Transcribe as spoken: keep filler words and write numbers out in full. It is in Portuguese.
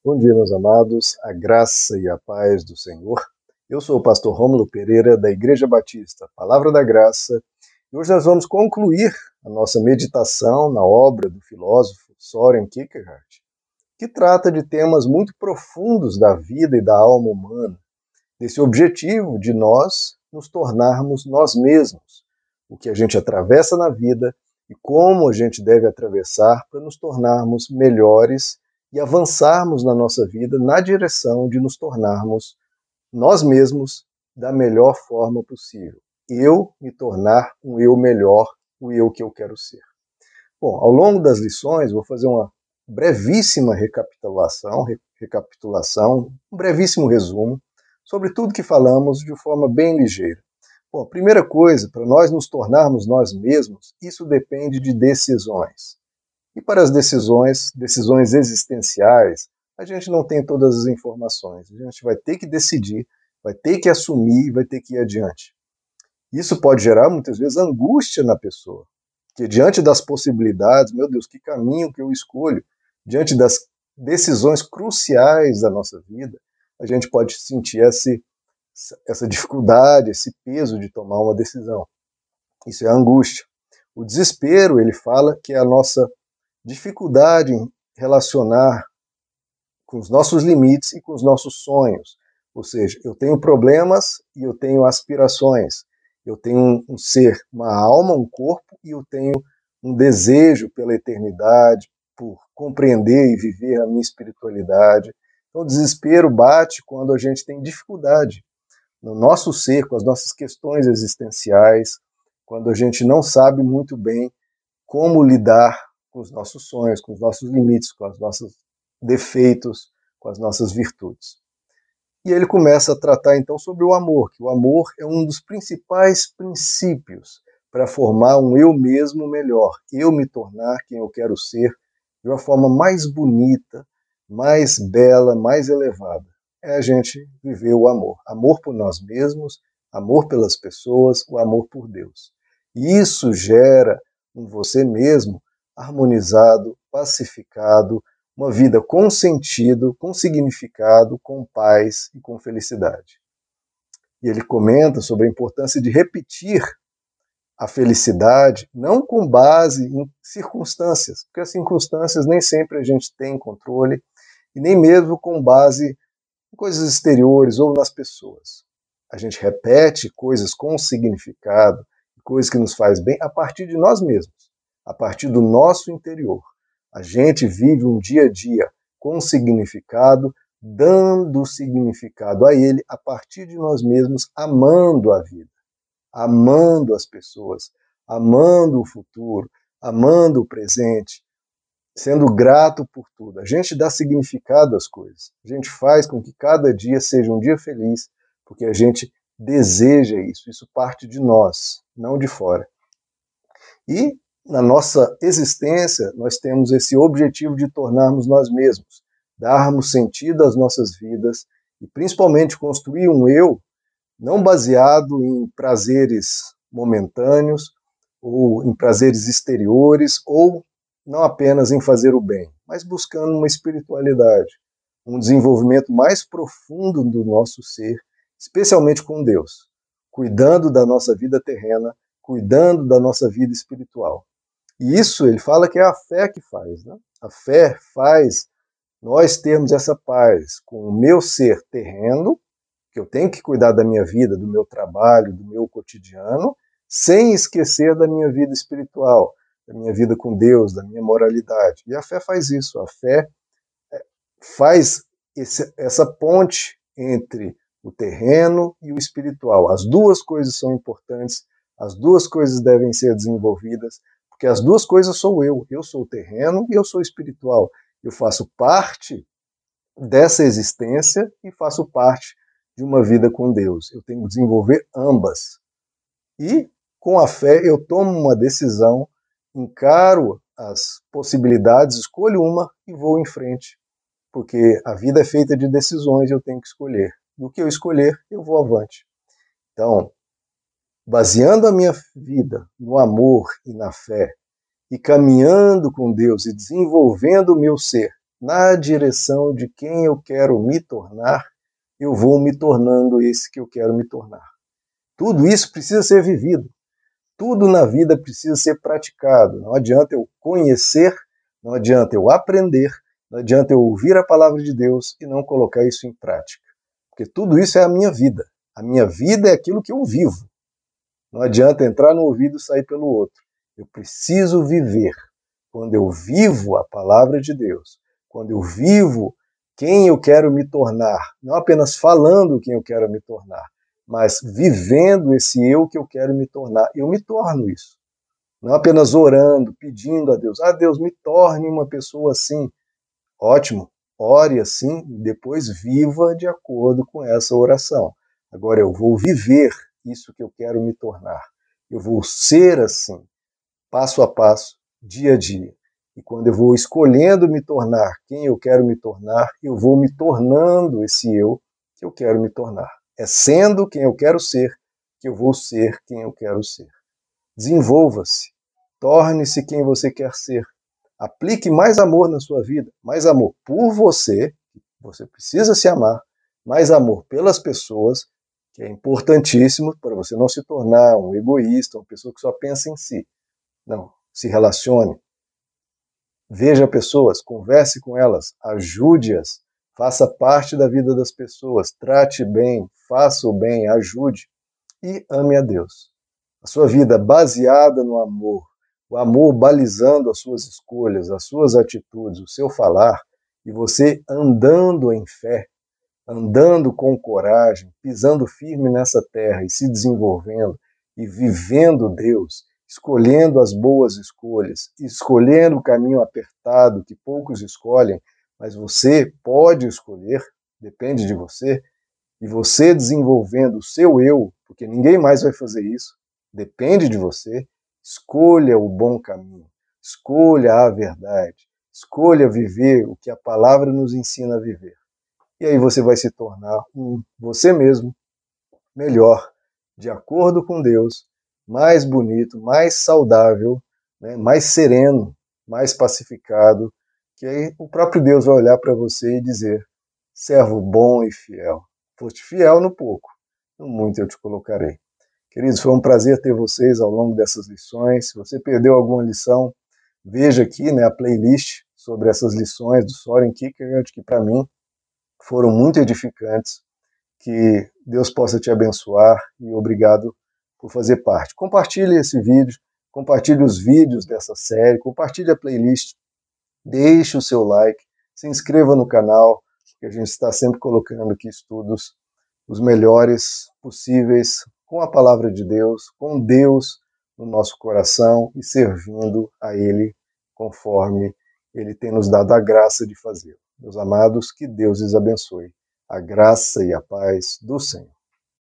Bom dia, meus amados, a graça e a paz do Senhor. Eu sou o pastor Rômulo Pereira, da Igreja Batista Palavra da Graça, e hoje nós vamos concluir a nossa meditação na obra do filósofo Søren Kierkegaard, que trata de temas muito profundos da vida e da alma humana, desse objetivo de nós nos tornarmos nós mesmos, o que a gente atravessa na vida e como a gente deve atravessar para nos tornarmos melhores e avançarmos na nossa vida na direção de nos tornarmos nós mesmos da melhor forma possível. Eu me tornar um eu melhor, o eu que eu quero ser. Bom, ao longo das lições, vou fazer uma brevíssima recapitulação, recapitulação, um brevíssimo resumo sobre tudo que falamos de forma bem ligeira. Bom, a primeira coisa, para nós nos tornarmos nós mesmos, isso depende de decisões. E para as decisões, decisões existenciais, a gente não tem todas as informações. A gente vai ter que decidir, vai ter que assumir, vai ter que ir adiante. Isso pode gerar, muitas vezes, angústia na pessoa. Porque diante das possibilidades, meu Deus, que caminho que eu escolho? Diante das decisões cruciais da nossa vida, a gente pode sentir esse, essa dificuldade, esse peso de tomar uma decisão. Isso é angústia. O desespero, ele fala que é a nossa dificuldade em relacionar com os nossos limites e com os nossos sonhos. Ou seja, eu tenho problemas e eu tenho aspirações. Eu tenho um, um ser, uma alma, um corpo, e eu tenho um desejo pela eternidade, por compreender e viver a minha espiritualidade. Então, o desespero bate quando a gente tem dificuldade no nosso ser, com as nossas questões existenciais, quando a gente não sabe muito bem como lidar com os nossos sonhos, com os nossos limites, com os nossos defeitos, com as nossas virtudes. E ele começa a tratar então sobre o amor, que o amor é um dos principais princípios para formar um eu mesmo melhor, eu me tornar quem eu quero ser de uma forma mais bonita, mais bela, mais elevada. É a gente viver o amor. Amor por nós mesmos, amor pelas pessoas, o amor por Deus. E isso gera em você mesmo harmonizado, pacificado, uma vida com sentido, com significado, com paz e com felicidade. E ele comenta sobre a importância de repetir a felicidade, não com base em circunstâncias, porque as circunstâncias nem sempre a gente tem controle, e nem mesmo com base em coisas exteriores ou nas pessoas. A gente repete coisas com significado, coisas que nos faz bem a partir de nós mesmos, a partir do nosso interior. A gente vive um dia a dia com significado, dando significado a ele a partir de nós mesmos, amando a vida, amando as pessoas, amando o futuro, amando o presente, sendo grato por tudo. A gente dá significado às coisas. A gente faz com que cada dia seja um dia feliz, porque a gente deseja isso. Isso parte de nós, não de fora. E na nossa existência, nós temos esse objetivo de tornarmos nós mesmos, darmos sentido às nossas vidas e principalmente construir um eu não baseado em prazeres momentâneos ou em prazeres exteriores ou não apenas em fazer o bem, mas buscando uma espiritualidade, um desenvolvimento mais profundo do nosso ser, especialmente com Deus, cuidando da nossa vida terrena, cuidando da nossa vida espiritual. E isso ele fala que é a fé que faz, né? A fé faz nós termos essa paz com o meu ser terreno, que eu tenho que cuidar da minha vida, do meu trabalho, do meu cotidiano, sem esquecer da minha vida espiritual, da minha vida com Deus, da minha moralidade. E a fé faz isso, a fé faz esse, essa ponte entre o terreno e o espiritual. As duas coisas são importantes, as duas coisas devem ser desenvolvidas, porque as duas coisas sou eu. Eu sou o terreno e eu sou o espiritual. Eu faço parte dessa existência e faço parte de uma vida com Deus. Eu tenho que desenvolver ambas. E, com a fé, eu tomo uma decisão, encaro as possibilidades, escolho uma e vou em frente. Porque a vida é feita de decisões e eu tenho que escolher. E o que eu escolher, eu vou avante. Então, baseando a minha vida no amor e na fé, e caminhando com Deus e desenvolvendo o meu ser na direção de quem eu quero me tornar, eu vou me tornando esse que eu quero me tornar. Tudo isso precisa ser vivido. Tudo na vida precisa ser praticado. Não adianta eu conhecer, não adianta eu aprender, não adianta eu ouvir a palavra de Deus e não colocar isso em prática. Porque tudo isso é a minha vida. A minha vida é aquilo que eu vivo. Não adianta entrar no ouvido e sair pelo outro. Eu preciso viver. Quando eu vivo a palavra de Deus, quando eu vivo quem eu quero me tornar, não apenas falando quem eu quero me tornar, mas vivendo esse eu que eu quero me tornar, eu me torno isso. Não apenas orando, pedindo a Deus, ah, Deus, me torne uma pessoa assim. Ótimo, ore assim e depois viva de acordo com essa oração. Agora eu vou viver isso que eu quero me tornar. Eu vou ser assim, passo a passo, dia a dia. E quando eu vou escolhendo me tornar quem eu quero me tornar, eu vou me tornando esse eu que eu quero me tornar. É sendo quem eu quero ser que eu vou ser quem eu quero ser. Desenvolva-se, torne-se quem você quer ser. Aplique mais amor na sua vida, mais amor por você, você precisa se amar, mais amor pelas pessoas, que é importantíssimo para você não se tornar um egoísta, uma pessoa que só pensa em si. Não, se relacione, veja pessoas, converse com elas, ajude-as, faça parte da vida das pessoas, trate bem, faça o bem, ajude e ame a Deus. A sua vida baseada no amor, o amor balizando as suas escolhas, as suas atitudes, o seu falar, e você andando em fé, andando com coragem, pisando firme nessa terra e se desenvolvendo e vivendo Deus, escolhendo as boas escolhas, escolhendo o caminho apertado que poucos escolhem, mas você pode escolher, depende de você, e você desenvolvendo o seu eu, porque ninguém mais vai fazer isso, depende de você, escolha o bom caminho, escolha a verdade, escolha viver o que a palavra nos ensina a viver. E aí você vai se tornar um você mesmo melhor, de acordo com Deus, mais bonito, mais saudável, né, mais sereno, mais pacificado, que aí o próprio Deus vai olhar para você e dizer: servo bom e fiel, foste fiel no pouco, no muito eu te colocarei. Queridos, foi um prazer ter vocês ao longo dessas lições. Se você perdeu alguma lição, veja aqui, né, a playlist sobre essas lições do Soren Kierkegaard, que para mim foram muito edificantes. Que Deus possa te abençoar e obrigado por fazer parte. Compartilhe esse vídeo, compartilhe os vídeos dessa série, compartilhe a playlist, deixe o seu like, se inscreva no canal, que a gente está sempre colocando aqui estudos os melhores possíveis com a palavra de Deus, com Deus no nosso coração e servindo a Ele conforme Ele tem nos dado a graça de fazer. Meus amados, que Deus os abençoe. A graça e a paz do Senhor.